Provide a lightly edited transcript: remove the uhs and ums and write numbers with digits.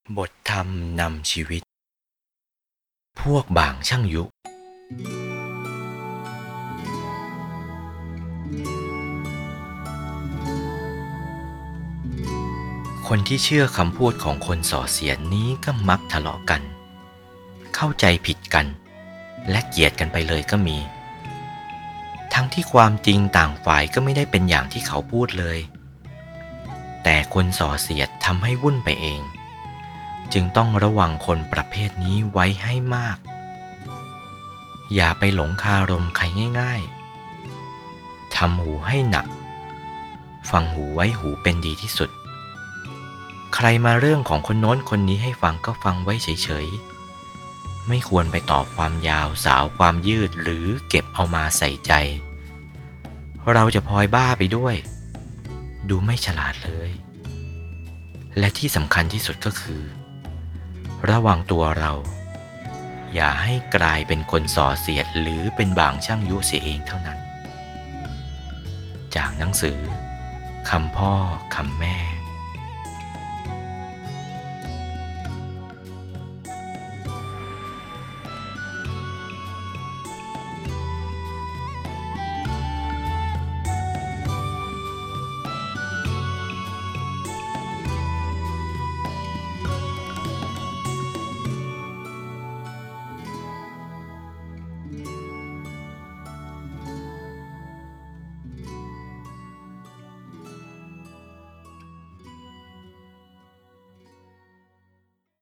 บทธรรมนำชีวิตพวกบ่างช่างยุคนที่เชื่อคำพูดของคนส่อเสียดนี้ก็มักทะเลาะกันเข้าใจผิดกันและเกลียดกันไปเลยก็มีทั้งที่ความจริงต่างฝ่ายก็ไม่ได้เป็นอย่างที่เขาพูดเลยแต่คนส่อเสียดทำให้วุ่นไปเองจึงต้องระวังคนประเภทนี้ไว้ให้มากอย่าไปหลงคารมใครง่ายๆทำหูให้หนักฟังหูไว้หูเป็นดีที่สุดใครมาเรื่องของคนโน้นคนนี้ให้ฟังก็ฟังไว้เฉยๆไม่ควรไปต่อความยาวสาวความยืดหรือเก็บเอามาใส่ใจเราจะพลอยบ้าไปด้วยดูไม่ฉลาดเลยและที่สำคัญที่สุดก็คือระวังตัวเราอย่าให้กลายเป็นคนส่อเสียดหรือเป็นบ่างช่างยุเสียเองเท่านั้นจากหนังสือคำพ่อคำแม่